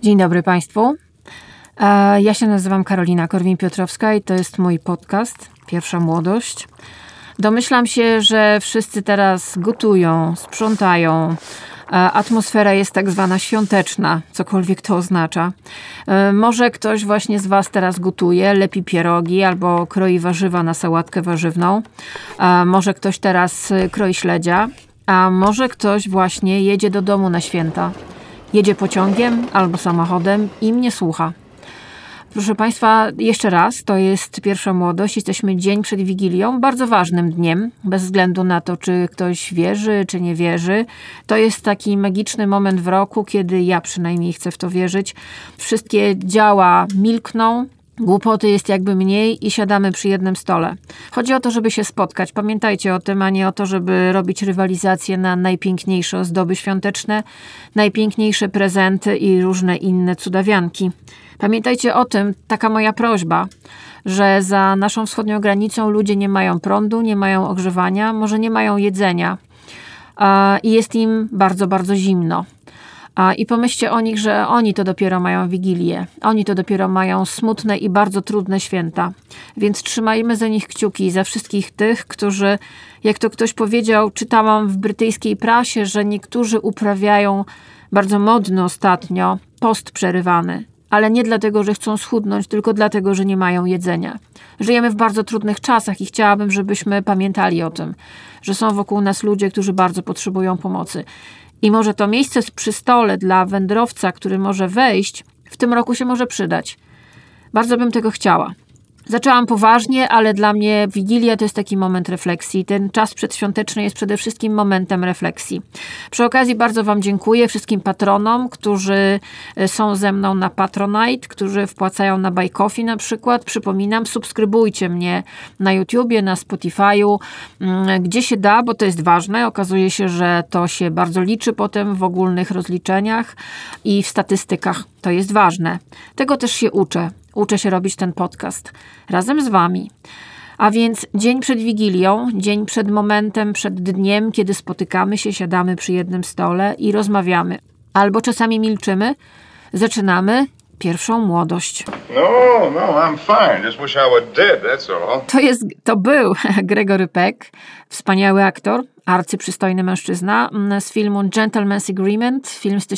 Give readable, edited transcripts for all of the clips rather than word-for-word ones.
Dzień dobry Państwu. Ja się nazywam Karolina Korwin-Piotrowska i to jest mój podcast Pierwsza Młodość. Domyślam się, że wszyscy teraz gotują, sprzątają. Atmosfera jest tak zwana świąteczna, cokolwiek to oznacza. Może ktoś właśnie z Was teraz gotuje, lepi pierogi albo kroi warzywa na sałatkę warzywną. Może ktoś teraz kroi śledzia, a może ktoś właśnie jedzie do domu na święta. Jedzie pociągiem albo samochodem i mnie słucha. Proszę Państwa, jeszcze raz, to jest Pierwsza Młodość. Jesteśmy dzień przed Wigilią, bardzo ważnym dniem, bez względu na to, czy ktoś wierzy, czy nie wierzy. To jest taki magiczny moment w roku, kiedy ja przynajmniej chcę w to wierzyć. Wszystkie działa milkną, głupoty jest jakby mniej i siadamy przy jednym stole. Chodzi o to, żeby się spotkać. Pamiętajcie o tym, a nie o to, żeby robić rywalizację na najpiękniejsze ozdoby świąteczne, najpiękniejsze prezenty i różne inne cudawianki. Pamiętajcie o tym, taka moja prośba, że za naszą wschodnią granicą ludzie nie mają prądu, nie mają ogrzewania, może nie mają jedzenia i jest im bardzo, bardzo zimno. I pomyślcie o nich, że oni to dopiero mają Wigilię. Oni to dopiero mają smutne i bardzo trudne święta. Więc trzymajmy za nich kciuki, za wszystkich tych, którzy, jak to ktoś powiedział, czytałam w brytyjskiej prasie, że niektórzy uprawiają bardzo modny ostatnio post przerywany. Ale nie dlatego, że chcą schudnąć, tylko dlatego, że nie mają jedzenia. Żyjemy w bardzo trudnych czasach i chciałabym, żebyśmy pamiętali o tym, że są wokół nas ludzie, którzy bardzo potrzebują pomocy. I może to miejsce przy stole dla wędrowca, który może wejść, w tym roku się może przydać. Bardzo bym tego chciała. Zaczęłam poważnie, ale dla mnie Wigilia to jest taki moment refleksji. Ten czas przedświąteczny jest przede wszystkim momentem refleksji. Przy okazji bardzo Wam dziękuję wszystkim patronom, którzy są ze mną na Patronite, którzy wpłacają na Buy Coffee na przykład. Przypominam, subskrybujcie mnie na YouTubie, na Spotify'u, gdzie się da, bo to jest ważne. Okazuje się, że to się bardzo liczy potem w ogólnych rozliczeniach i w statystykach. To jest ważne. Tego też się uczę. Uczę się robić ten podcast razem z Wami. A więc dzień przed Wigilią, dzień przed momentem, przed dniem, kiedy spotykamy się, siadamy przy jednym stole i rozmawiamy. Albo czasami milczymy, zaczynamy Pierwszą Młodość. No, I'm fine. Just wish I were dead, that's all. To był Gregory Peck, wspaniały aktor, arcyprzystojny mężczyzna z filmu Gentleman's Agreement, film z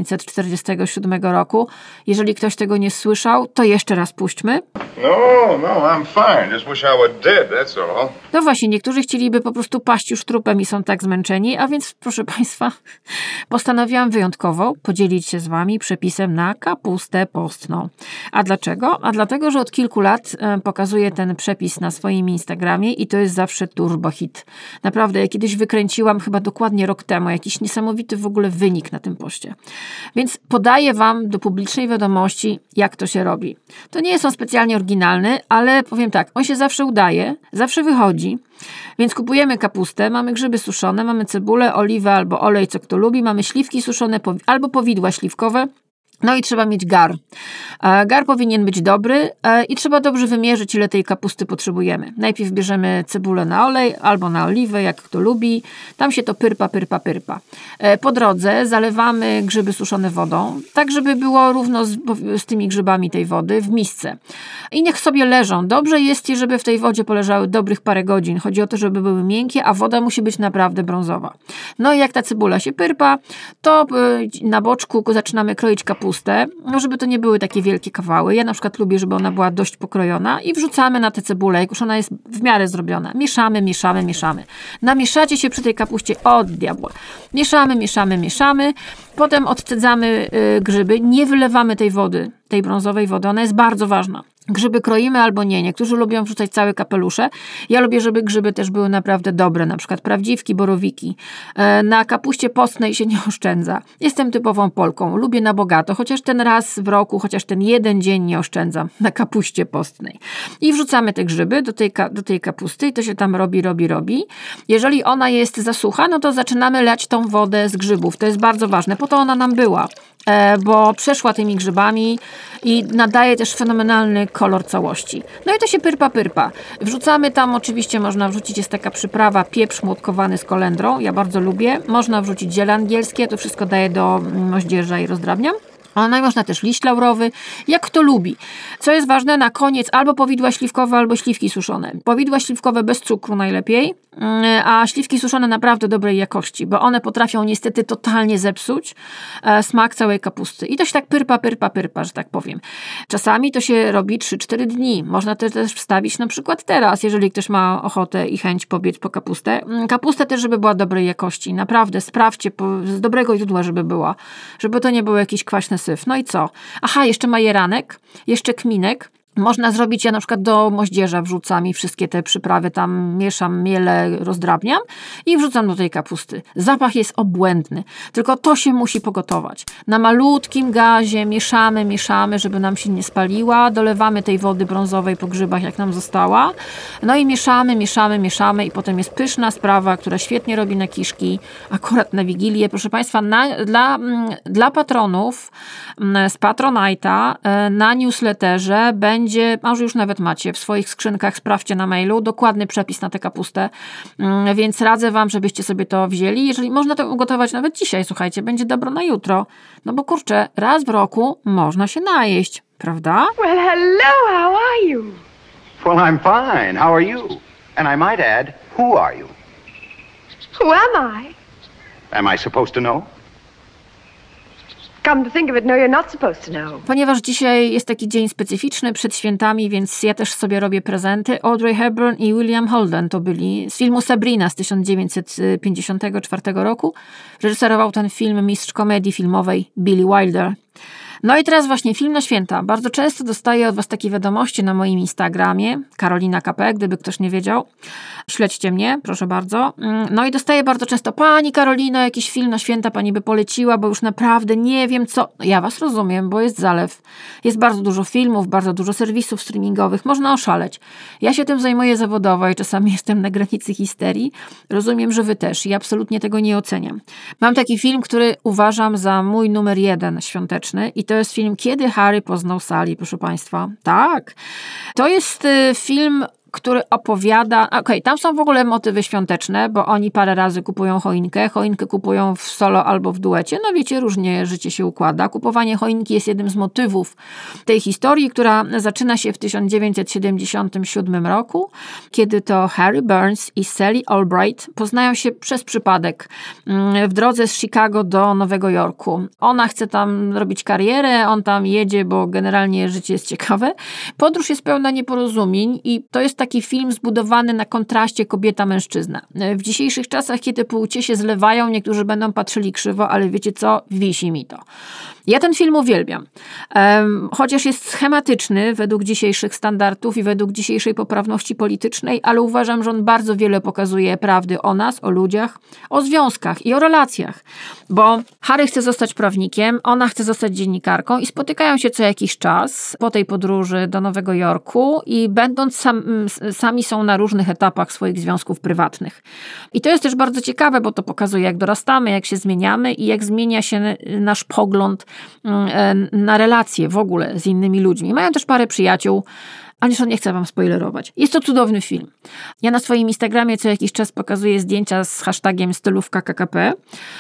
1947 roku. Jeżeli ktoś tego nie słyszał, to jeszcze raz puśćmy. No, I'm fine. Just wish I were dead, that's all. No właśnie, niektórzy chcieliby po prostu paść już trupem i są tak zmęczeni, a więc, proszę Państwa, postanowiłam wyjątkowo podzielić się z Wami przepisem na kapustę postną. A dlaczego? A dlatego, że od kilku lat pokazuję ten przepis na swoim Instagramie i to jest zawsze turbo hit. Naprawdę, ja kiedyś wykręciłam chyba dokładnie rok temu jakiś niesamowity w ogóle wynik na tym poście. Więc podaję Wam do publicznej wiadomości, jak to się robi. To nie jest on specjalnie oryginalny, ale powiem tak, on się zawsze udaje, zawsze wychodzi. Więc kupujemy kapustę, mamy grzyby suszone, mamy cebulę, oliwę albo olej, co kto lubi, mamy śliwki suszone albo powidła śliwkowe. No i trzeba mieć gar. Gar powinien być dobry i trzeba dobrze wymierzyć, ile tej kapusty potrzebujemy. Najpierw bierzemy cebulę na olej albo na oliwę, jak kto lubi. Tam się to pyrpa. Po drodze zalewamy grzyby suszone wodą, tak żeby było równo z tymi grzybami tej wody w misce. I niech sobie leżą. Dobrze jest, żeby w tej wodzie poleżały dobrych parę godzin. Chodzi o to, żeby były miękkie, a woda musi być naprawdę brązowa. No i jak ta cebula się pyrpa, to na boczku zaczynamy kroić kapustę, żeby to nie były takie wielkie kawały. Ja na przykład lubię, żeby ona była dość pokrojona i wrzucamy na tę cebulę, jak już ona jest w miarę zrobiona. Mieszamy. Namieszacie się przy tej kapuście od diabła. Mieszamy. Potem odcedzamy grzyby. Nie wylewamy tej wody, tej brązowej wody. Ona jest bardzo ważna. Grzyby kroimy albo nie. Niektórzy lubią wrzucać całe kapelusze. Ja lubię, żeby grzyby też były naprawdę dobre, na przykład prawdziwki, borowiki. Na kapuście postnej się nie oszczędza. Jestem typową Polką. Lubię na bogato, chociaż ten raz w roku, chociaż ten jeden dzień nie oszczędzam na kapuście postnej. I wrzucamy te grzyby do tej kapusty i to się tam robi. Jeżeli ona jest za sucha, no to zaczynamy lać tą wodę z grzybów. To jest bardzo ważne. Po to ona nam była, bo przeszła tymi grzybami i nadaje też fenomenalny kolor całości. No i to się pyrpa. Wrzucamy tam, oczywiście można wrzucić, jest taka przyprawa, pieprz młotkowany z kolendrą, ja bardzo lubię. Można wrzucić ziele angielskie, to wszystko daję do moździerza i rozdrabniam. No i można też liść laurowy, jak kto lubi. Co jest ważne, na koniec albo powidła śliwkowe, albo śliwki suszone. Powidła śliwkowe bez cukru najlepiej, a śliwki suszone naprawdę dobrej jakości, bo one potrafią niestety totalnie zepsuć smak całej kapusty. I to się tak pyrpa, że tak powiem. Czasami to się robi 3-4 dni. Można to też wstawić na przykład teraz, jeżeli ktoś ma ochotę i chęć pobiec po kapustę. Kapustę też, żeby była dobrej jakości. Naprawdę, sprawdźcie, z dobrego źródła, żeby była. Żeby to nie był jakiś kwaśny syf. No i co? Aha, jeszcze majeranek, jeszcze kminek. Można zrobić, ja na przykład do moździerza wrzucam i wszystkie te przyprawy tam mieszam, mielę, rozdrabniam i wrzucam do tej kapusty. Zapach jest obłędny, tylko to się musi pogotować. Na malutkim gazie mieszamy, żeby nam się nie spaliła, dolewamy tej wody brązowej po grzybach, jak nam została, no i mieszamy i potem jest pyszna sprawa, która świetnie robi na kiszki, akurat na Wigilię. Proszę Państwa, dla patronów z Patronite'a na newsletterze będzie, a już nawet macie w swoich skrzynkach, sprawdźcie na mailu, dokładny przepis na tę kapustę, więc radzę Wam, żebyście sobie to wzięli. Jeżeli można to ugotować nawet dzisiaj, słuchajcie, będzie dobro na jutro, no bo kurczę, raz w roku można się najeść, prawda? Well, hello, how are you? Well, I'm fine. How are you? And I might add, who are you? Who am I? Am I supposed to know? Come to think of it, no, you're not supposed to know. Ponieważ dzisiaj jest taki dzień specyficzny przed świętami, więc ja też sobie robię prezenty. Audrey Hepburn i William Holden to byli z filmu Sabrina z 1954 roku. Reżyserował ten film mistrz komedii filmowej Billy Wilder. No i teraz właśnie film na święta. Bardzo często dostaję od Was takie wiadomości na moim Instagramie, Karolina KP, gdyby ktoś nie wiedział. Śledźcie mnie, proszę bardzo. No i dostaję bardzo często: Pani Karolino, jakiś film na święta Pani by poleciła, bo już naprawdę nie wiem co. No, ja Was rozumiem, bo jest zalew. Jest bardzo dużo filmów, bardzo dużo serwisów streamingowych, można oszaleć. Ja się tym zajmuję zawodowo i czasami jestem na granicy histerii. Rozumiem, że Wy też i absolutnie tego nie oceniam. Mam taki film, który uważam za mój numer 1 świąteczny i to jest film Kiedy Harry poznał Sally, proszę Państwa. Tak. To jest film, który opowiada... tam są w ogóle motywy świąteczne, bo oni parę razy kupują choinkę. Choinkę kupują w solo albo w duecie. No wiecie, różnie życie się układa. Kupowanie choinki jest jednym z motywów tej historii, która zaczyna się w 1977 roku, kiedy to Harry Burns i Sally Albright poznają się przez przypadek w drodze z Chicago do Nowego Jorku. Ona chce tam robić karierę, on tam jedzie, bo generalnie życie jest ciekawe. Podróż jest pełna nieporozumień i to jest taki film zbudowany na kontraście kobieta-mężczyzna. W dzisiejszych czasach, kiedy płcie się zlewają, niektórzy będą patrzyli krzywo, ale wiecie co? Wisi mi to. Ja ten film uwielbiam. Chociaż jest schematyczny według dzisiejszych standardów i według dzisiejszej poprawności politycznej, ale uważam, że on bardzo wiele pokazuje prawdy o nas, o ludziach, o związkach i o relacjach. Bo Harry chce zostać prawnikiem, ona chce zostać dziennikarką i spotykają się co jakiś czas po tej podróży do Nowego Jorku i będąc sami są na różnych etapach swoich związków prywatnych. I to jest też bardzo ciekawe, bo to pokazuje, jak dorastamy, jak się zmieniamy i jak zmienia się nasz pogląd na relacje w ogóle z innymi ludźmi. Mają też parę przyjaciół, ale już nie chcę Wam spoilerować. Jest to cudowny film. Ja na swoim Instagramie co jakiś czas pokazuję zdjęcia z hashtagiem stylówka KKP.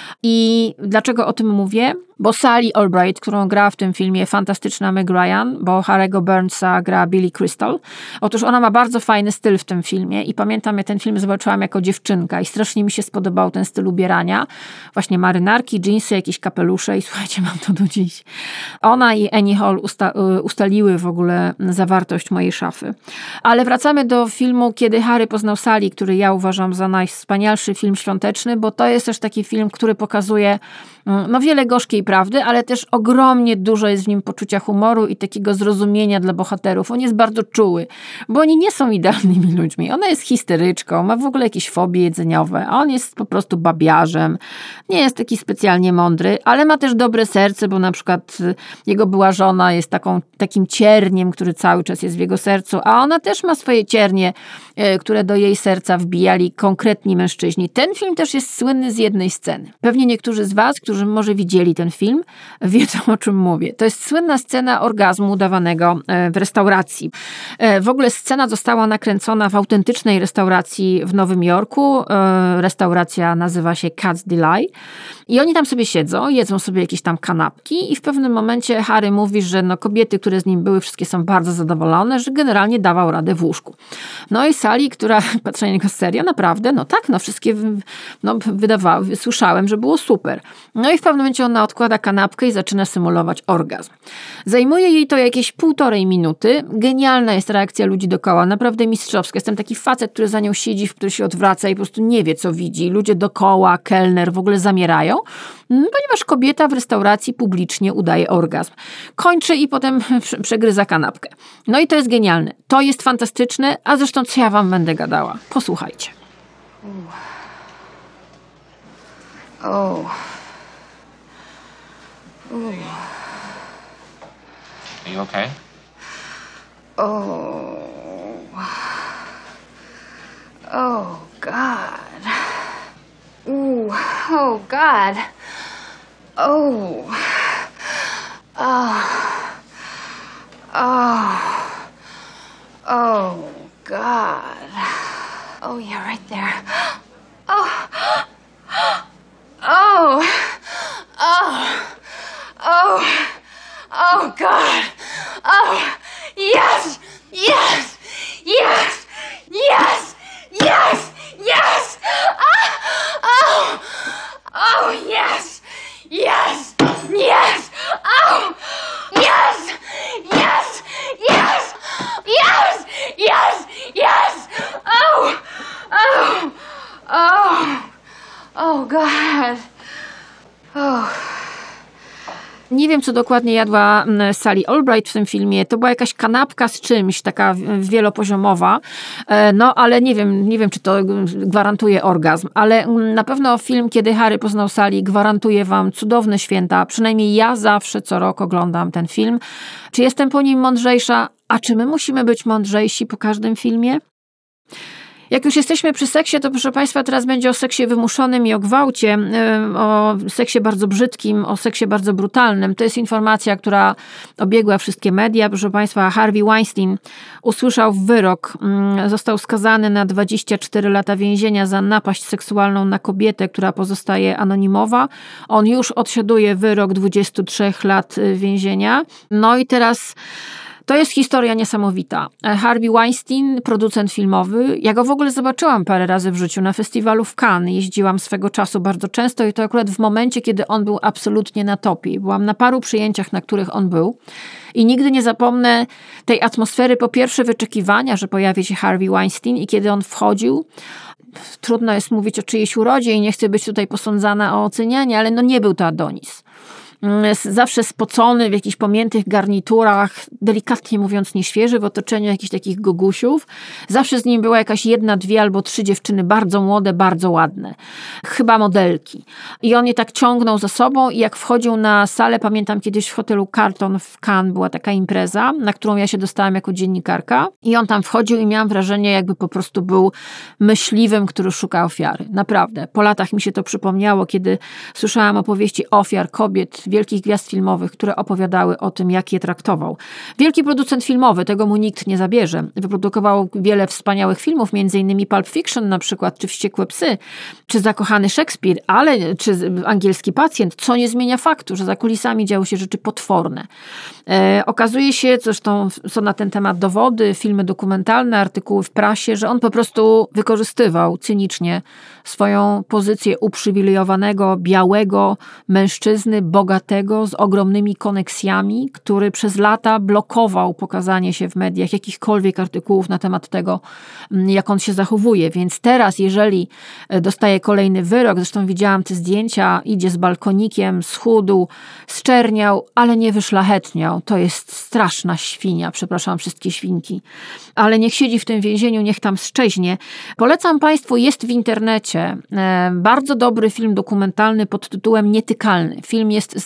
I dlaczego o tym mówię? Bo Sally Albright, którą gra w tym filmie fantastyczna Meg Ryan, bo Harry'ego Burnsa gra Billy Crystal. Otóż ona ma bardzo fajny styl w tym filmie i pamiętam, ja ten film zobaczyłam jako dziewczynka i strasznie mi się spodobał ten styl ubierania. Właśnie marynarki, dżinsy, jakieś kapelusze i słuchajcie, mam to do dziś. Ona i Annie Hall ustaliły w ogóle zawartość mojej szafy. Ale wracamy do filmu Kiedy Harry poznał Sally, który ja uważam za najwspanialszy film świąteczny, bo to jest też taki film, który pokazuje wiele gorzkiej prawdy, ale też ogromnie dużo jest w nim poczucia humoru i takiego zrozumienia dla bohaterów. On jest bardzo czuły, bo oni nie są idealnymi ludźmi. Ona jest histeryczką, ma w ogóle jakieś fobie jedzeniowe, a on jest po prostu babiarzem. Nie jest taki specjalnie mądry, ale ma też dobre serce, bo na przykład jego była żona jest takim cierniem, który cały czas jest w jego sercu, a ona też ma swoje ciernie które do jej serca wbijali konkretni mężczyźni. Ten film też jest słynny z jednej sceny. Pewnie niektórzy z was, którzy może widzieli ten film, wiedzą, o czym mówię. To jest słynna scena orgazmu udawanego w restauracji. W ogóle scena została nakręcona w autentycznej restauracji w Nowym Jorku. Restauracja nazywa się Cat's Delight. I oni tam sobie siedzą, jedzą sobie jakieś tam kanapki i w pewnym momencie Harry mówi, że kobiety, które z nim były, wszystkie są bardzo zadowolone, że generalnie dawał radę w łóżku. No i Sally, która patrzy na niego serio, naprawdę, wszystkie wydawały, słyszałem, że było super. No i w pewnym momencie ona odkłada kanapkę i zaczyna symulować orgazm. Zajmuje jej to jakieś 1,5 minuty. Genialna jest reakcja ludzi dookoła, naprawdę mistrzowska. Jestem taki facet, który za nią siedzi, który się odwraca i po prostu nie wie, co widzi. Ludzie dookoła, kelner w ogóle zamierają, ponieważ kobieta w restauracji publicznie udaje orgazm. Kończy i potem przegryza kanapkę. No i to jest genialne. To jest fantastyczne, a zresztą co ja wam będę gadała? Posłuchajcie. Oh. Are you okay? Oh. Oh, God. Ooh. Oh, God. Oh. Oh. Oh. Oh, God. Oh, yeah, right there. Oh. Oh. Oh. Oh. Oh, God. Oh. Yes. Yes. Yes. Yes. Yes. Yes. Oh. Oh, yes. Yes. Yes. Oh. Yes. Yes. Yes. Yes. Yes. Yes. Oh. Oh. Oh. Oh, God. Oh. Nie wiem, co dokładnie jadła Sally Albright w tym filmie. To była jakaś kanapka z czymś, taka wielopoziomowa. Ale nie wiem, czy to gwarantuje orgazm. Ale na pewno film Kiedy Harry poznał Sally gwarantuje wam cudowne święta. Przynajmniej ja zawsze co rok oglądam ten film. Czy jestem po nim mądrzejsza? A czy my musimy być mądrzejsi po każdym filmie? Jak już jesteśmy przy seksie, to proszę Państwa, teraz będzie o seksie wymuszonym i o gwałcie, o seksie bardzo brzydkim, o seksie bardzo brutalnym. To jest informacja, która obiegła wszystkie media. Proszę Państwa, Harvey Weinstein usłyszał wyrok. Został skazany na 24 lata więzienia za napaść seksualną na kobietę, która pozostaje anonimowa. On już odsiaduje wyrok 23 lat więzienia. No i teraz... To jest historia niesamowita. Harvey Weinstein, producent filmowy. Ja go w ogóle zobaczyłam parę razy w życiu na festiwalu w Cannes. Jeździłam swego czasu bardzo często i to akurat w momencie, kiedy on był absolutnie na topie. Byłam na paru przyjęciach, na których on był. I nigdy nie zapomnę tej atmosfery, po pierwsze wyczekiwania, że pojawi się Harvey Weinstein i kiedy on wchodził, trudno jest mówić o czyjejś urodzie i nie chcę być tutaj posądzana o ocenianie, ale nie był to Adonis. Zawsze spocony w jakichś pomiętych garniturach, delikatnie mówiąc nieświeży, w otoczeniu jakichś takich gogusiów. Zawsze z nim była jakaś 1, 2 albo 3 dziewczyny, bardzo młode, bardzo ładne. Chyba modelki. I on je tak ciągnął za sobą i jak wchodził na salę, pamiętam kiedyś w hotelu Carlton w Cannes była taka impreza, na którą ja się dostałam jako dziennikarka i on tam wchodził i miałam wrażenie, jakby po prostu był myśliwym, który szuka ofiary. Naprawdę. Po latach mi się to przypomniało, kiedy słyszałam opowieści ofiar, kobiet, wielkich gwiazd filmowych, które opowiadały o tym, jak je traktował. Wielki producent filmowy, tego mu nikt nie zabierze. Wyprodukował wiele wspaniałych filmów, m.in. Pulp Fiction na przykład, czy Wściekłe psy, czy Zakochany Szekspir, czy Angielski pacjent, co nie zmienia faktu, że za kulisami działy się rzeczy potworne. Okazuje się, zresztą są na ten temat dowody, filmy dokumentalne, artykuły w prasie, że on po prostu wykorzystywał cynicznie swoją pozycję uprzywilejowanego, białego mężczyzny, bogatego, z ogromnymi koneksjami, który przez lata blokował pokazanie się w mediach jakichkolwiek artykułów na temat tego, jak on się zachowuje. Więc teraz, jeżeli dostaje kolejny wyrok, zresztą widziałam te zdjęcia, idzie z balkonikiem, schudł, zczerniał, ale nie wyszlachetniał. To jest straszna świnia, przepraszam wszystkie świnki. Ale niech siedzi w tym więzieniu, niech tam szczeźnie. Polecam Państwu, jest w internecie bardzo dobry film dokumentalny pod tytułem Nietykalny. Film jest z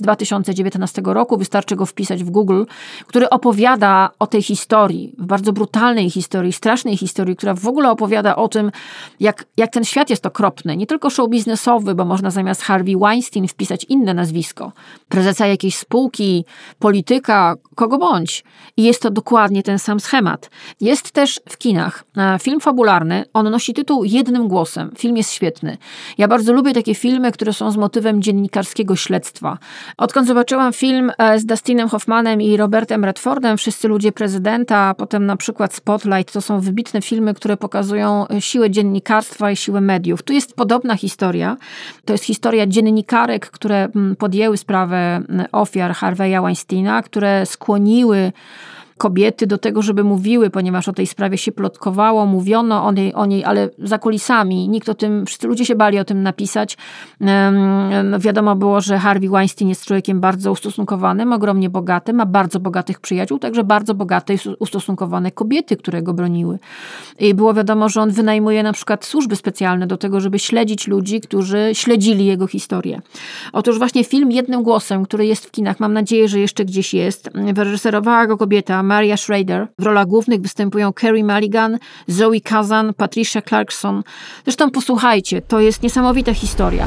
2019 roku, wystarczy go wpisać w Google, który opowiada o tej historii, bardzo brutalnej historii, strasznej historii, która w ogóle opowiada o tym, jak ten świat jest okropny. Nie tylko show biznesowy, bo można zamiast Harvey Weinstein wpisać inne nazwisko. Prezesa jakiejś spółki, polityka, kogo bądź. I jest to dokładnie ten sam schemat. Jest też w kinach film fabularny, on nosi tytuł Jednym głosem. Film jest świetny. Ja bardzo lubię takie filmy, które są z motywem dziennikarskiego śledztwa. Odkąd zobaczyłam film z Dustinem Hoffmanem i Robertem Redfordem, Wszyscy ludzie prezydenta, a potem na przykład Spotlight, to są wybitne filmy, które pokazują siłę dziennikarstwa i siłę mediów. Tu jest podobna historia. To jest historia dziennikarek, które podjęły sprawę ofiar Harvey'a Weinsteina, które skłoniły kobiety do tego, żeby mówiły, ponieważ o tej sprawie się plotkowało, mówiono o niej, ale za kulisami. Nikt o tym, wszyscy ludzie się bali o tym napisać. No wiadomo było, że Harvey Weinstein jest człowiekiem bardzo ustosunkowanym, ogromnie bogatym, ma bardzo bogatych przyjaciół, także bardzo bogate i ustosunkowane kobiety, które go broniły. I było wiadomo, że on wynajmuje na przykład służby specjalne do tego, żeby śledzić ludzi, którzy śledzili jego historię. Otóż właśnie film Jednym głosem, który jest w kinach, mam nadzieję, że jeszcze gdzieś jest, wyreżyserowała go kobieta Maria Schrader. W rolach głównych występują Carey Mulligan, Zoe Kazan, Patricia Clarkson. Zresztą posłuchajcie, to jest niesamowita historia.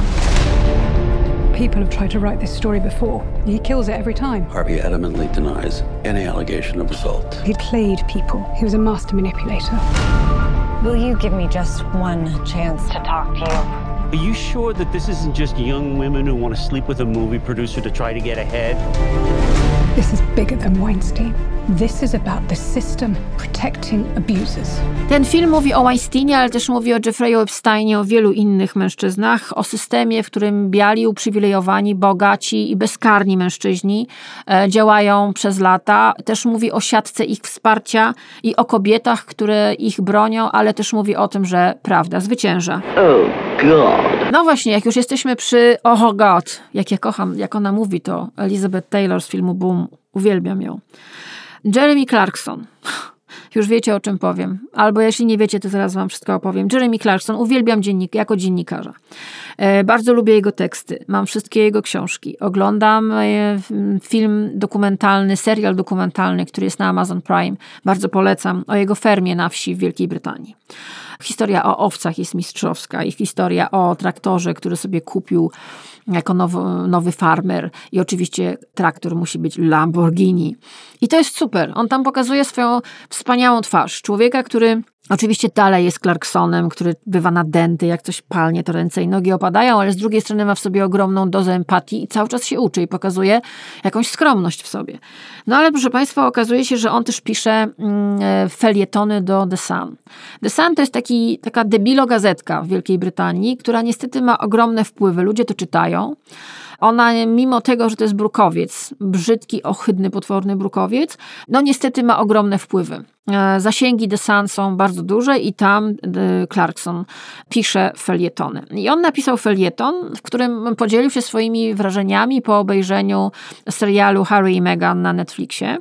People have tried to write this story before. He kills it every time. Harvey adamantly denies any allegation of assault. He played people. He was a master manipulator. Will you give me just one chance to talk to you? Are you sure that this isn't just young women who want to sleep with a movie producer to try to get ahead? This is bigger than Weinstein. This is about the system protecting abusers. Ten film mówi o Weinsteinie, ale też mówi o Jeffrey'u Epsteinie, o wielu innych mężczyznach, o systemie, w którym biali, uprzywilejowani, bogaci i bezkarni mężczyźni działają przez lata. Też mówi o siatce ich wsparcia i o kobietach, które ich bronią, ale też mówi o tym, że prawda zwycięża. Oh God. No właśnie, jak już jesteśmy przy Oh God, jak ja kocham, jak ona mówi to, Elizabeth Taylor z filmu Boom, uwielbiam ją. Jeremy Clarkson. Już wiecie, o czym powiem. Albo jeśli nie wiecie, to zaraz wam wszystko opowiem. Jeremy Clarkson, uwielbiam jako dziennikarza. Bardzo lubię jego teksty. Mam wszystkie jego książki. Oglądam film dokumentalny, serial dokumentalny, który jest na Amazon Prime. Bardzo polecam. O jego fermie na wsi w Wielkiej Brytanii. Historia o owcach jest mistrzowska i historia o traktorze, który sobie kupił jako nowy farmer i oczywiście traktor musi być Lamborghini. I to jest super. On tam pokazuje swoją wspaniałą twarz. Człowieka, który oczywiście dalej jest Clarksonem, który bywa nadęty, jak coś palnie, to ręce i nogi opadają, ale z drugiej strony ma w sobie ogromną dozę empatii i cały czas się uczy i pokazuje jakąś skromność w sobie. No ale proszę Państwa, okazuje się, że on też pisze felietony do The Sun. The Sun to jest taka debilo-gazetka w Wielkiej Brytanii, która niestety ma ogromne wpływy. Ludzie to czytają. Ona, mimo tego, że to jest brukowiec, brzydki, ohydny, potworny brukowiec, no niestety ma ogromne wpływy. Zasięgi The Sun są bardzo duże i tam Clarkson pisze felietony. I on napisał felieton, w którym podzielił się swoimi wrażeniami po obejrzeniu serialu Harry i Meghan na Netflixie.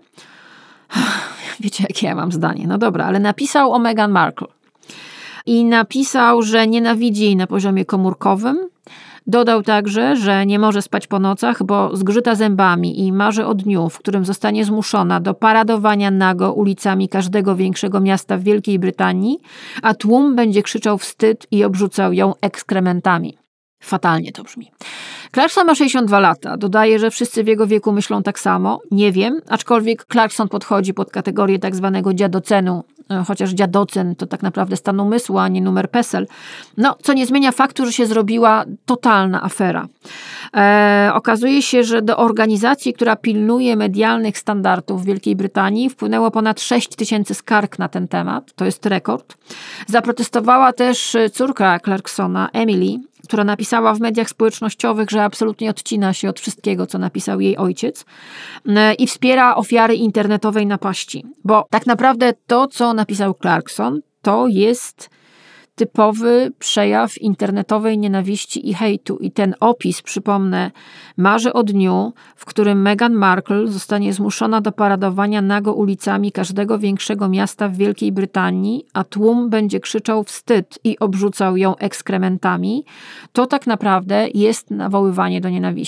Wiecie, jakie ja mam zdanie. No dobra, ale napisał o Meghan Markle. I napisał, że nienawidzi jej na poziomie komórkowym. Dodał także, że nie może spać po nocach, bo zgrzyta zębami i marzy o dniu, w którym zostanie zmuszona do paradowania nago ulicami każdego większego miasta w Wielkiej Brytanii, a tłum będzie krzyczał wstyd i obrzucał ją ekskrementami. Fatalnie to brzmi. Clarkson ma 62 lata. Dodaje, że wszyscy w jego wieku myślą tak samo. Nie wiem, aczkolwiek Clarkson podchodzi pod kategorię tak zwanego dziadocenu, chociaż dziadocen to tak naprawdę stan umysłu, a nie numer PESEL. No, co nie zmienia faktu, że się zrobiła totalna afera. Okazuje się, że do organizacji, która pilnuje medialnych standardów w Wielkiej Brytanii, wpłynęło ponad 6 000 skarg na ten temat. To jest rekord. Zaprotestowała też córka Clarksona, Emily, która napisała w mediach społecznościowych, że absolutnie odcina się od wszystkiego, co napisał jej ojciec i wspiera ofiary internetowej napaści. Bo tak naprawdę to, co napisał Clarkson, to jest typowy przejaw internetowej nienawiści i hejtu. I ten opis, przypomnę, marzy o dniu, w którym Meghan Markle zostanie zmuszona do paradowania nago ulicami każdego większego miasta w Wielkiej Brytanii, a tłum będzie krzyczał wstyd i obrzucał ją ekskrementami. To tak naprawdę jest nawoływanie do nienawiści.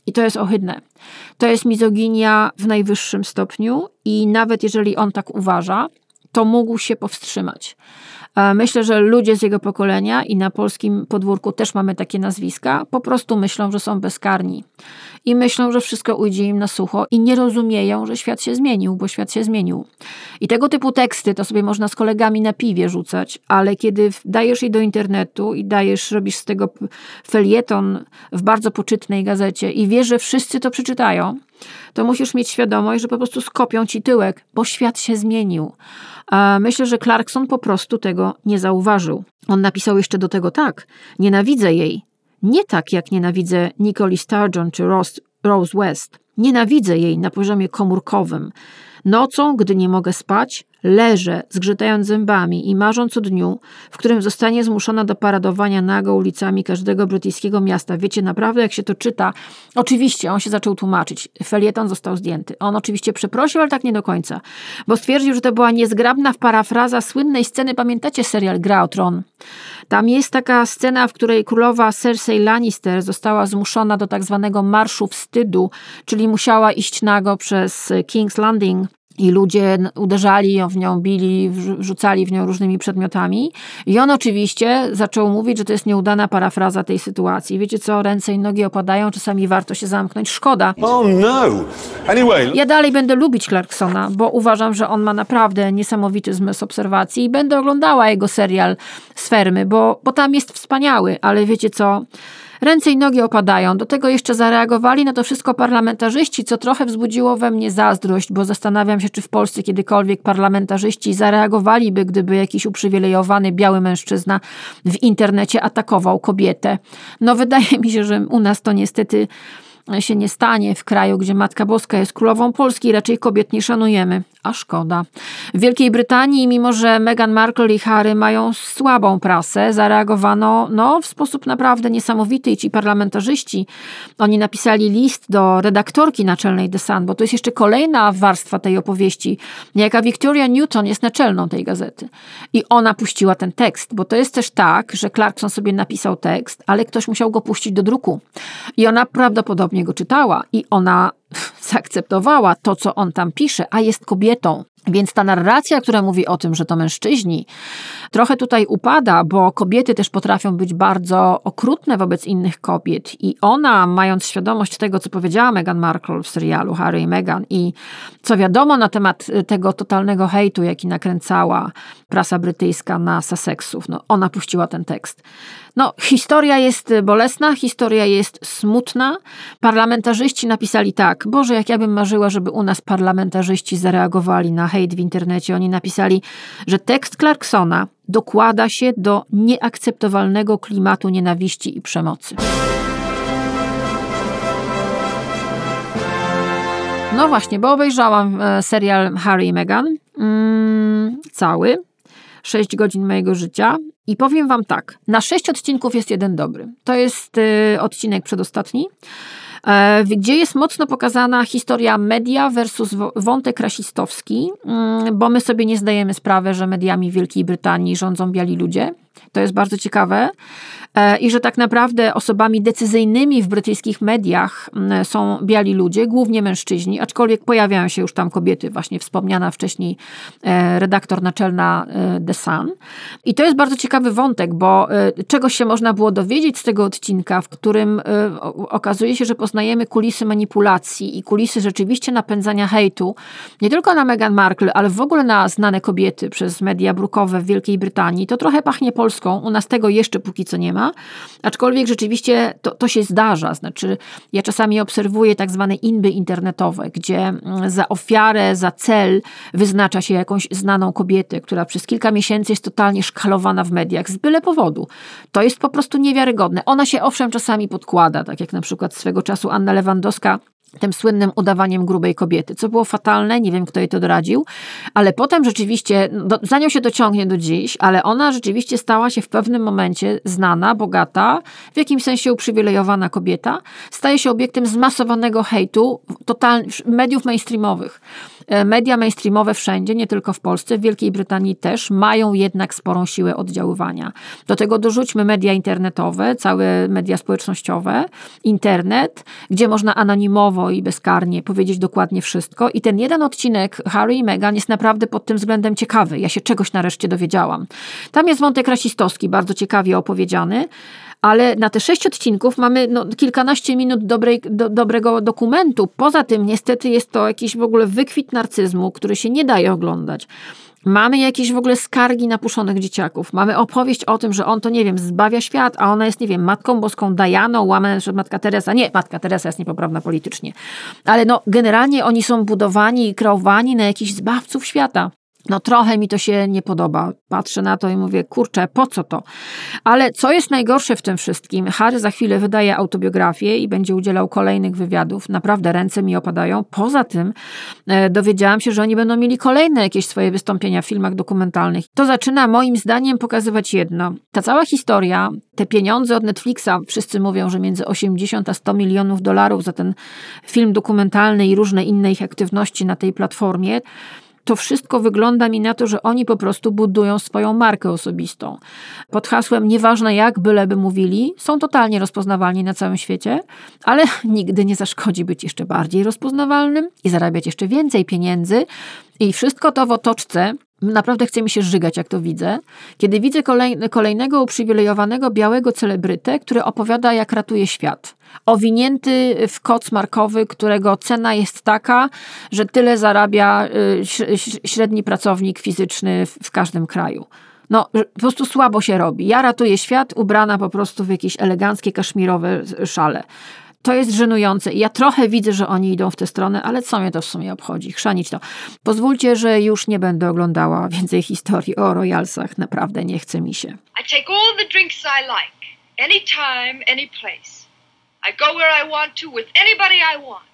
I to jest ohydne. To jest mizoginia w najwyższym stopniu i nawet jeżeli on tak uważa, to mógł się powstrzymać. Myślę, że ludzie z jego pokolenia i na polskim podwórku też mamy takie nazwiska, po prostu myślą, że są bezkarni. I myślą, że wszystko ujdzie im na sucho i nie rozumieją, że świat się zmienił, bo świat się zmienił. I tego typu teksty to sobie można z kolegami na piwie rzucać, ale kiedy dajesz je do internetu i robisz z tego felieton w bardzo poczytnej gazecie i wiesz, że wszyscy to przeczytają, to musisz mieć świadomość, że po prostu skopią ci tyłek, bo świat się zmienił. Myślę, że Clarkson po prostu tego nie zauważył. On napisał jeszcze do tego tak: nienawidzę jej. Nie tak jak nienawidzę Nicole Sturgeon czy Rose West. Nienawidzę jej na poziomie komórkowym. Nocą, gdy nie mogę spać, leżę, zgrzytając zębami i marząc o dniu, w którym zostanie zmuszona do paradowania nago ulicami każdego brytyjskiego miasta. Wiecie, naprawdę jak się to czyta, oczywiście on się zaczął tłumaczyć. Felieton został zdjęty. On oczywiście przeprosił, ale tak nie do końca, bo stwierdził, że to była niezgrabna parafraza słynnej sceny, pamiętacie serial Gra o Tron? Tam jest taka scena, w której królowa Cersei Lannister została zmuszona do tak zwanego marszu wstydu, czyli musiała iść nago przez King's Landing i ludzie uderzali ją w nią, bili, wrzucali w nią różnymi przedmiotami. I on oczywiście zaczął mówić, że to jest nieudana parafraza tej sytuacji. Wiecie co, ręce i nogi opadają, czasami warto się zamknąć, szkoda. Oh no! Anyway... Ja dalej będę lubić Clarksona, bo uważam, że on ma naprawdę niesamowity zmysł obserwacji i będę oglądała jego serial z Fermy, bo tam jest wspaniały, ale wiecie co... Ręce i nogi opadają. Do tego jeszcze zareagowali na to wszystko parlamentarzyści, co trochę wzbudziło we mnie zazdrość, bo zastanawiam się, czy w Polsce kiedykolwiek parlamentarzyści zareagowaliby, gdyby jakiś uprzywilejowany biały mężczyzna w internecie atakował kobietę. No wydaje mi się, że u nas to niestety się nie stanie w kraju, gdzie Matka Boska jest królową Polski, raczej kobiet nie szanujemy, a szkoda. W Wielkiej Brytanii, mimo że Meghan Markle i Harry mają słabą prasę, zareagowano w sposób naprawdę niesamowity i ci parlamentarzyści, oni napisali list do redaktorki naczelnej The Sun, bo to jest jeszcze kolejna warstwa tej opowieści, jaka Victoria Newton jest naczelną tej gazety. I ona puściła ten tekst, bo to jest też tak, że Clarkson sobie napisał tekst, ale ktoś musiał go puścić do druku. I ona prawdopodobnie go czytała i ona zaakceptowała to, co on tam pisze, a jest kobietą. Więc ta narracja, która mówi o tym, że to mężczyźni, trochę tutaj upada, bo kobiety też potrafią być bardzo okrutne wobec innych kobiet i ona, mając świadomość tego, co powiedziała Meghan Markle w serialu Harry i Meghan i co wiadomo na temat tego totalnego hejtu, jaki nakręcała prasa brytyjska na Sussexów, ona puściła ten tekst. Historia jest bolesna, historia jest smutna. Parlamentarzyści napisali tak: Boże, jak ja bym marzyła, żeby u nas parlamentarzyści zareagowali na hejt w internecie. Oni napisali, że tekst Clarksona dokłada się do nieakceptowalnego klimatu nienawiści i przemocy. No właśnie, bo obejrzałam serial Harry i Meghan, cały, 6 godzin mojego życia i powiem wam tak, na 6 odcinków jest jeden dobry. To jest odcinek przedostatni, gdzie jest mocno pokazana historia media versus wątek rasistowski, bo my sobie nie zdajemy sprawy, że mediami Wielkiej Brytanii rządzą biali ludzie. To jest bardzo ciekawe i że tak naprawdę osobami decyzyjnymi w brytyjskich mediach są biali ludzie, głównie mężczyźni, aczkolwiek pojawiają się już tam kobiety, właśnie wspomniana wcześniej redaktor naczelna The Sun. I to jest bardzo ciekawy wątek, bo czegoś się można było dowiedzieć z tego odcinka, w którym okazuje się, że poznajemy kulisy manipulacji i kulisy rzeczywiście napędzania hejtu, nie tylko na Meghan Markle, ale w ogóle na znane kobiety przez media brukowe w Wielkiej Brytanii. To trochę pachnie Polską, u nas tego jeszcze póki co nie ma, aczkolwiek rzeczywiście to się zdarza. Znaczy, ja czasami obserwuję tak zwane inby internetowe, gdzie za ofiarę, za cel wyznacza się jakąś znaną kobietę, która przez kilka miesięcy jest totalnie szkalowana w mediach z byle powodu. To jest po prostu niewiarygodne. Ona się owszem czasami podkłada, tak jak na przykład swego czasu Anna Lewandowska tym słynnym udawaniem grubej kobiety, co było fatalne, nie wiem kto jej to doradził, ale potem rzeczywiście, za nią się dociągnie do dziś, ale ona rzeczywiście stała się w pewnym momencie znana, bogata, w jakimś sensie uprzywilejowana kobieta, staje się obiektem zmasowanego hejtu mediów mainstreamowych. Media mainstreamowe wszędzie, nie tylko w Polsce, w Wielkiej Brytanii też, mają jednak sporą siłę oddziaływania. Do tego dorzućmy media internetowe, całe media społecznościowe, internet, gdzie można anonimowo i bezkarnie powiedzieć dokładnie wszystko. I ten jeden odcinek Harry i Meghan jest naprawdę pod tym względem ciekawy. Ja się czegoś nareszcie dowiedziałam. Tam jest wątek rasistowski, bardzo ciekawie opowiedziany, ale na te 6 odcinków mamy kilkanaście minut dobrego dokumentu. Poza tym niestety jest to jakiś w ogóle wykwit narcyzmu, który się nie daje oglądać. Mamy jakieś w ogóle skargi napuszonych dzieciaków. Mamy opowieść o tym, że on to, nie wiem, zbawia świat, a ona jest, nie wiem, Matką Boską Dianą, łamane przez Matka Teresa. Nie, Matka Teresa jest niepoprawna politycznie. Ale generalnie oni są budowani i kreowani na jakichś zbawców świata. Trochę mi to się nie podoba. Patrzę na to i mówię, kurczę, po co to? Ale co jest najgorsze w tym wszystkim? Harry za chwilę wydaje autobiografię i będzie udzielał kolejnych wywiadów. Naprawdę ręce mi opadają. Poza tym dowiedziałam się, że oni będą mieli kolejne jakieś swoje wystąpienia w filmach dokumentalnych. To zaczyna moim zdaniem pokazywać jedno. Ta cała historia, te pieniądze od Netflixa, wszyscy mówią, że między 80 a 100 milionów dolarów za ten film dokumentalny i różne inne ich aktywności na tej platformie, to wszystko wygląda mi na to, że oni po prostu budują swoją markę osobistą. Pod hasłem nieważne jak, byleby mówili, są totalnie rozpoznawalni na całym świecie, ale nigdy nie zaszkodzi być jeszcze bardziej rozpoznawalnym i zarabiać jeszcze więcej pieniędzy. I wszystko to w otoczce. Naprawdę chce mi się żygać, jak to widzę. Kiedy widzę kolejnego uprzywilejowanego białego celebrytę, który opowiada, jak ratuje świat. Owinięty w koc markowy, którego cena jest taka, że tyle zarabia średni pracownik fizyczny w każdym kraju. Po prostu słabo się robi. Ja ratuję świat, ubrana po prostu w jakieś eleganckie, kaszmirowe szale. To jest żenujące i ja trochę widzę, że oni idą w tę stronę, ale co mnie to w sumie obchodzi? Chrzanić to. Pozwólcie, że już nie będę oglądała więcej historii o royalsach. Naprawdę nie chce mi się. I take all the drinks I like. Anytime, any place. I go where I want to with anybody I want.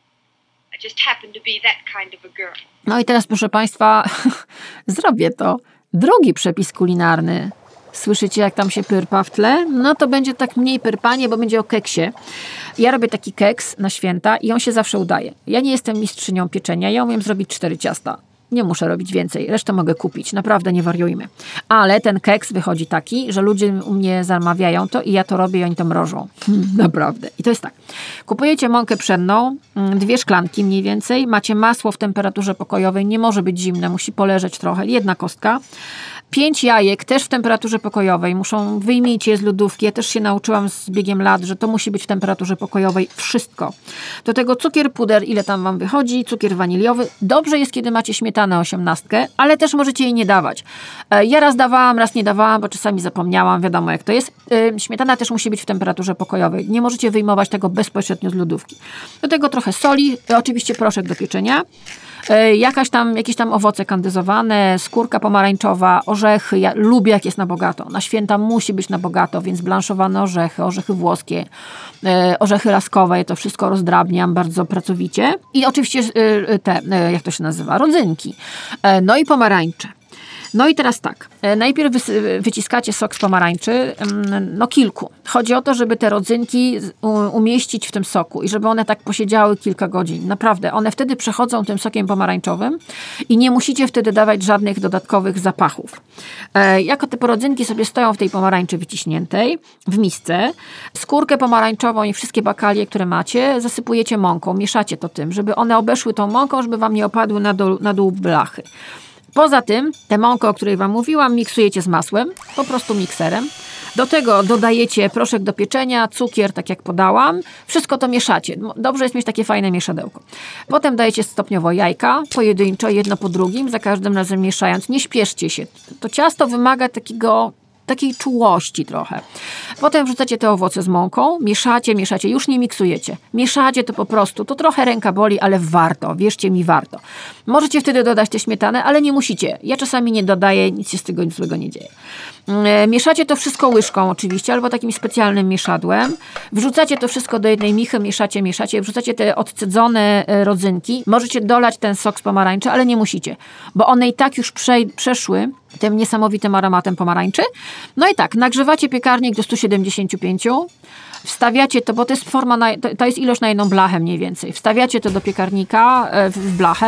I just happen to be that kind of a girl. No i teraz, proszę Państwa, zrobię to. Drugi przepis kulinarny. Słyszycie, jak tam się pyrpa w tle? To będzie tak mniej pyrpanie, bo będzie o keksie. Ja robię taki keks na święta i on się zawsze udaje. Ja nie jestem mistrzynią pieczenia, ja umiem zrobić 4 ciasta. Nie muszę robić więcej, resztę mogę kupić, naprawdę nie wariujmy. Ale ten keks wychodzi taki, że ludzie u mnie zamawiają to i ja to robię i oni to mrożą. Naprawdę. I to jest tak. Kupujecie mąkę pszenną, 2 szklanki mniej więcej, macie masło w temperaturze pokojowej, nie może być zimne, musi poleżeć trochę, 1 kostka. 5 jajek, też w temperaturze pokojowej. Wyjmijcie je z lodówki. Ja też się nauczyłam z biegiem lat, że to musi być w temperaturze pokojowej wszystko. Do tego cukier, puder, ile tam wam wychodzi, cukier waniliowy. Dobrze jest, kiedy macie śmietanę 18, ale też możecie jej nie dawać. Ja raz dawałam, raz nie dawałam, bo czasami zapomniałam, wiadomo jak to jest. Śmietana też musi być w temperaturze pokojowej. Nie możecie wyjmować tego bezpośrednio z lodówki. Do tego trochę soli, oczywiście proszek do pieczenia. Jakieś tam owoce kandyzowane, skórka pomarańczowa, orzechy. Ja lubię, jak jest na bogato. Na święta musi być na bogato, więc blanszowane orzechy, orzechy włoskie, orzechy laskowe. To wszystko rozdrabniam bardzo pracowicie. I oczywiście jak to się nazywa, rodzynki. No i pomarańcze. No i teraz tak, najpierw wyciskacie sok z pomarańczy, kilku. Chodzi o to, żeby te rodzynki umieścić w tym soku i żeby one tak posiedziały kilka godzin. Naprawdę, one wtedy przechodzą tym sokiem pomarańczowym i nie musicie wtedy dawać żadnych dodatkowych zapachów. Jako te rodzynki sobie stoją w tej pomarańczy wyciśniętej, w misce, skórkę pomarańczową i wszystkie bakalie, które macie, zasypujecie mąką, mieszacie to tym, żeby one obeszły tą mąką, żeby wam nie opadły na dół blachy. Poza tym, tę mąkę, o której wam mówiłam, miksujecie z masłem, po prostu mikserem. Do tego dodajecie proszek do pieczenia, cukier, tak jak podałam. Wszystko to mieszacie. Dobrze jest mieć takie fajne mieszadełko. Potem dajecie stopniowo jajka, pojedynczo, jedno po drugim, za każdym razem mieszając. Nie śpieszcie się. To ciasto wymaga takiej czułości trochę. Potem wrzucacie te owoce z mąką, mieszacie, już nie miksujecie. Mieszacie to po prostu. To trochę ręka boli, ale warto. Wierzcie mi, warto. Możecie wtedy dodać tę śmietanę, ale nie musicie. Ja czasami nie dodaję, nic się z tego złego nie dzieje. Mieszacie to wszystko łyżką oczywiście, albo takim specjalnym mieszadłem. Wrzucacie to wszystko do jednej michy, mieszacie. Wrzucacie te odcedzone rodzynki. Możecie dolać ten sok z pomarańczy, ale nie musicie, bo one i tak już przeszły tym niesamowitym aromatem pomarańczy. No i tak, nagrzewacie piekarnik do 175, wstawiacie to, bo to jest ilość na jedną blachę mniej więcej. Wstawiacie to do piekarnika w blachę,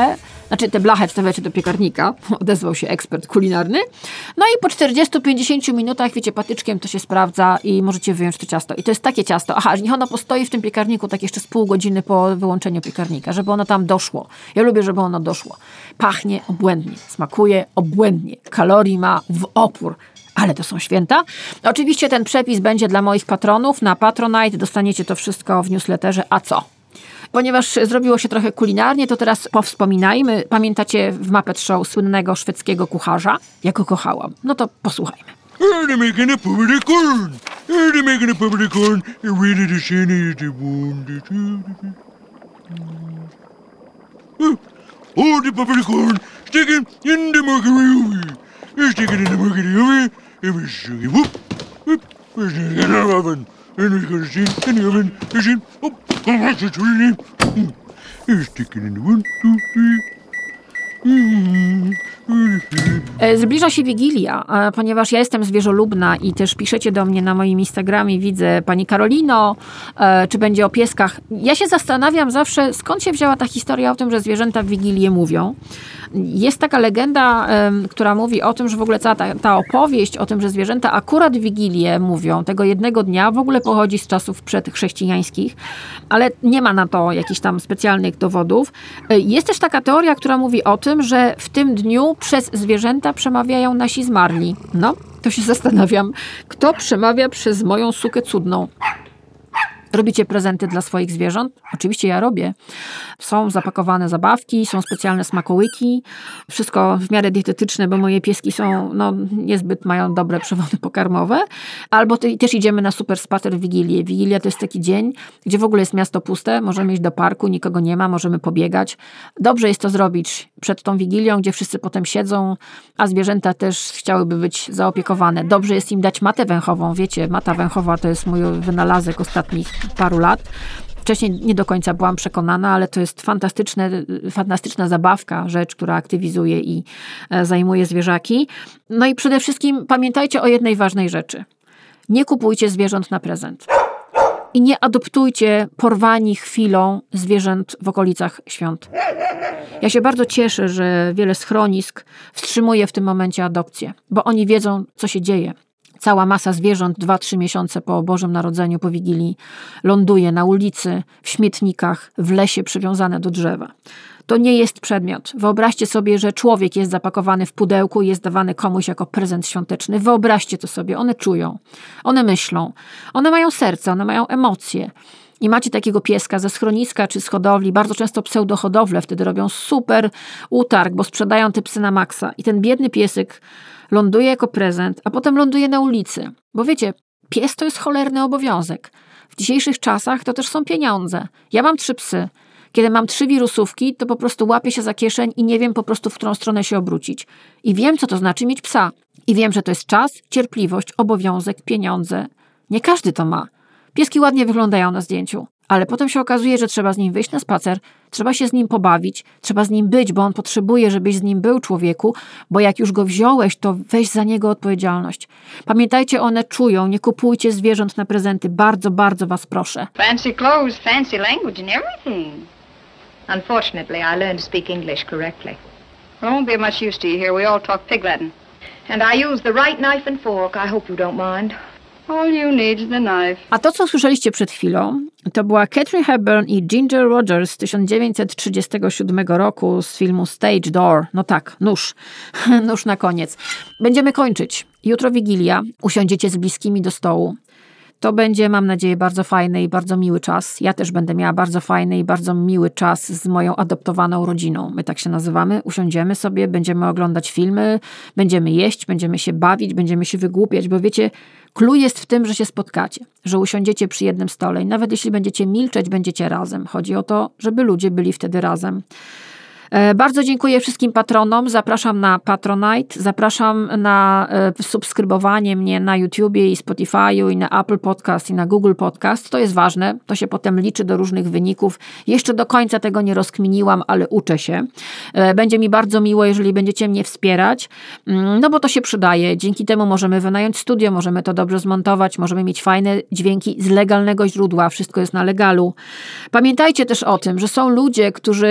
Znaczy te blachę wstawiacie do piekarnika, odezwał się ekspert kulinarny. No i po 40-50 minutach, wiecie, patyczkiem to się sprawdza i możecie wyjąć to ciasto. I to jest takie ciasto, niech ono postoi w tym piekarniku tak jeszcze z pół godziny po wyłączeniu piekarnika, żeby ono tam doszło. Ja lubię, żeby ono doszło. Pachnie obłędnie, smakuje obłędnie, kalorii ma w opór. Ale to są święta. Oczywiście ten przepis będzie dla moich patronów na Patronite. Dostaniecie to wszystko w newsletterze. A co? Ponieważ zrobiło się trochę kulinarnie, to teraz powspominajmy. Pamiętacie w Muppet Show słynnego szwedzkiego kucharza? Ja go kochałam. No to posłuchajmy. They're making a puppet corn. They're making a puppet corn. Ready to send it to one. Oh, the puppet corn. Stick it in the microwave. Stick it in the microwave. It was sugar. Whoop, whoop. We're sticking in the oven. And it's gonna sit in the oven. It's in. Oh, that's it. You're sticking in the 1, 2, 3. Zbliża się Wigilia, ponieważ ja jestem zwierzolubna i też piszecie do mnie na moim Instagramie, widzę pani Karolino, czy będzie o pieskach. Ja się zastanawiam zawsze, skąd się wzięła ta historia o tym, że zwierzęta w Wigilię mówią. Jest taka legenda, która mówi o tym, że w ogóle cała ta opowieść o tym, że zwierzęta akurat w Wigilię mówią, tego jednego dnia, w ogóle pochodzi z czasów przedchrześcijańskich, ale nie ma na to jakichś tam specjalnych dowodów. Jest też taka teoria, która mówi o tym, że w tym dniu przez zwierzęta przemawiają nasi zmarli. No, to się zastanawiam, kto przemawia przez moją sukę cudną. Robicie prezenty dla swoich zwierząt? Oczywiście ja robię. Są zapakowane zabawki, są specjalne smakołyki, wszystko w miarę dietetyczne, bo moje pieski są, niezbyt mają dobre przewody pokarmowe. Albo też idziemy na super spacer w Wigilię. Wigilia to jest taki dzień, gdzie w ogóle jest miasto puste, możemy iść do parku, nikogo nie ma, możemy pobiegać. Dobrze jest to zrobić przed tą Wigilią, gdzie wszyscy potem siedzą, a zwierzęta też chciałyby być zaopiekowane. Dobrze jest im dać matę węchową. Wiecie, mata węchowa to jest mój wynalazek ostatnich paru lat. Wcześniej nie do końca byłam przekonana, ale to jest fantastyczna zabawka, rzecz, która aktywizuje i zajmuje zwierzaki. No i przede wszystkim pamiętajcie o jednej ważnej rzeczy. Nie kupujcie zwierząt na prezent. I nie adoptujcie porwani chwilą zwierząt w okolicach świąt. Ja się bardzo cieszę, że wiele schronisk wstrzymuje w tym momencie adopcję, bo oni wiedzą, co się dzieje. Cała masa zwierząt 2-3 miesiące po Bożym Narodzeniu, po Wigilii, ląduje na ulicy, w śmietnikach, w lesie przywiązane do drzewa. To nie jest przedmiot. Wyobraźcie sobie, że człowiek jest zapakowany w pudełku i jest dawany komuś jako prezent świąteczny. Wyobraźcie to sobie. One czują, one myślą, one mają serce, one mają emocje. I macie takiego pieska ze schroniska czy z hodowli, bardzo często pseudohodowle, wtedy robią super utarg, bo sprzedają te psy na maksa. I ten biedny piesek ląduje jako prezent, a potem ląduje na ulicy. Bo wiecie, pies to jest cholerny obowiązek. W dzisiejszych czasach to też są pieniądze. Ja mam 3 psy. Kiedy mam 3 wirusówki, to po prostu łapię się za kieszeń i nie wiem po prostu, w którą stronę się obrócić. I wiem, co to znaczy mieć psa. I wiem, że to jest czas, cierpliwość, obowiązek, pieniądze. Nie każdy to ma. Pieski ładnie wyglądają na zdjęciu, ale potem się okazuje, że trzeba z nim wyjść na spacer, trzeba się z nim pobawić, trzeba z nim być, bo on potrzebuje, żebyś z nim był, człowieku, bo jak już go wziąłeś, to weź za niego odpowiedzialność. Pamiętajcie, one czują, nie kupujcie zwierząt na prezenty, bardzo, bardzo was proszę. Fancy clothes, fancy language and everything. Unfortunately, I learned to speak English correctly. I won't be much use to you here. We all talk pig Latin. And I use the right knife and fork. I hope you don't mind. All you need is the knife. A to, co słyszeliście przed chwilą, to była Katharine Hepburn i Ginger Rogers z 1937 roku z filmu Stage Door. No tak, nóż. Nóż na koniec. Będziemy kończyć. Jutro Wigilia. Usiądziecie z bliskimi do stołu. To będzie, mam nadzieję, bardzo fajny i bardzo miły czas. Ja też będę miała bardzo fajny i bardzo miły czas z moją adoptowaną rodziną. My tak się nazywamy. Usiądziemy sobie, będziemy oglądać filmy, będziemy jeść, będziemy się bawić, będziemy się wygłupiać, bo wiecie, clue jest w tym, że się spotkacie, że usiądziecie przy jednym stole i nawet jeśli będziecie milczeć, będziecie razem. Chodzi o to, żeby ludzie byli wtedy razem. Bardzo dziękuję wszystkim patronom, zapraszam na Patronite, zapraszam na subskrybowanie mnie na YouTubie i Spotify'u i na Apple Podcast i na Google Podcast. To jest ważne, to się potem liczy do różnych wyników. Jeszcze do końca tego nie rozkminiłam, ale uczę się. Będzie mi bardzo miło, jeżeli będziecie mnie wspierać, no bo to się przydaje. Dzięki temu możemy wynająć studio, możemy to dobrze zmontować, możemy mieć fajne dźwięki z legalnego źródła, wszystko jest na legalu. Pamiętajcie też o tym, że są ludzie, którzy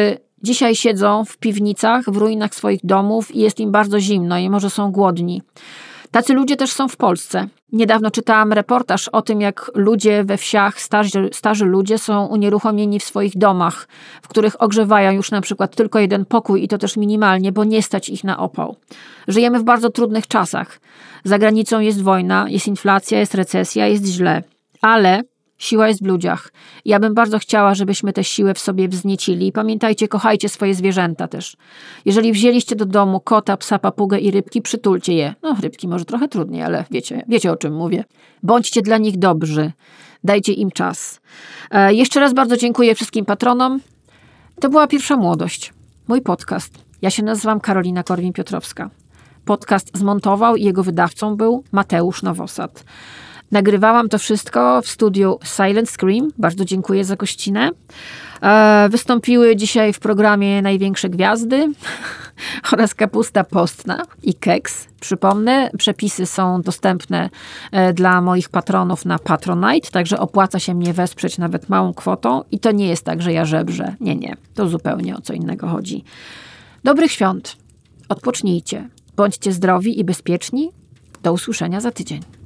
Dzisiaj siedzą w piwnicach, w ruinach swoich domów i jest im bardzo zimno i może są głodni. Tacy ludzie też są w Polsce. Niedawno czytałam reportaż o tym, jak ludzie we wsiach, starzy ludzie są unieruchomieni w swoich domach, w których ogrzewają już na przykład tylko jeden pokój i to też minimalnie, bo nie stać ich na opał. Żyjemy w bardzo trudnych czasach. Za granicą jest wojna, jest inflacja, jest recesja, jest źle. Ale siła jest w ludziach. Ja bym bardzo chciała, żebyśmy tę siłę w sobie wzniecili. Pamiętajcie, kochajcie swoje zwierzęta też. Jeżeli wzięliście do domu kota, psa, papugę i rybki, przytulcie je. No, rybki może trochę trudniej, ale wiecie o czym mówię. Bądźcie dla nich dobrzy. Dajcie im czas. Jeszcze raz bardzo dziękuję wszystkim patronom. To była Pierwsza Młodość. Mój podcast. Ja się nazywam Karolina Korwin-Piotrowska. Podcast zmontował i jego wydawcą był Mateusz Nowosad. Nagrywałam to wszystko w studiu Silent Scream. Bardzo dziękuję za gościnę. Wystąpiły dzisiaj w programie Największe Gwiazdy oraz Kapusta Postna i Keks. Przypomnę, przepisy są dostępne dla moich patronów na Patronite, także opłaca się mnie wesprzeć nawet małą kwotą i to nie jest tak, że ja żebrzę. Nie. To zupełnie o co innego chodzi. Dobrych świąt. Odpocznijcie. Bądźcie zdrowi i bezpieczni. Do usłyszenia za tydzień.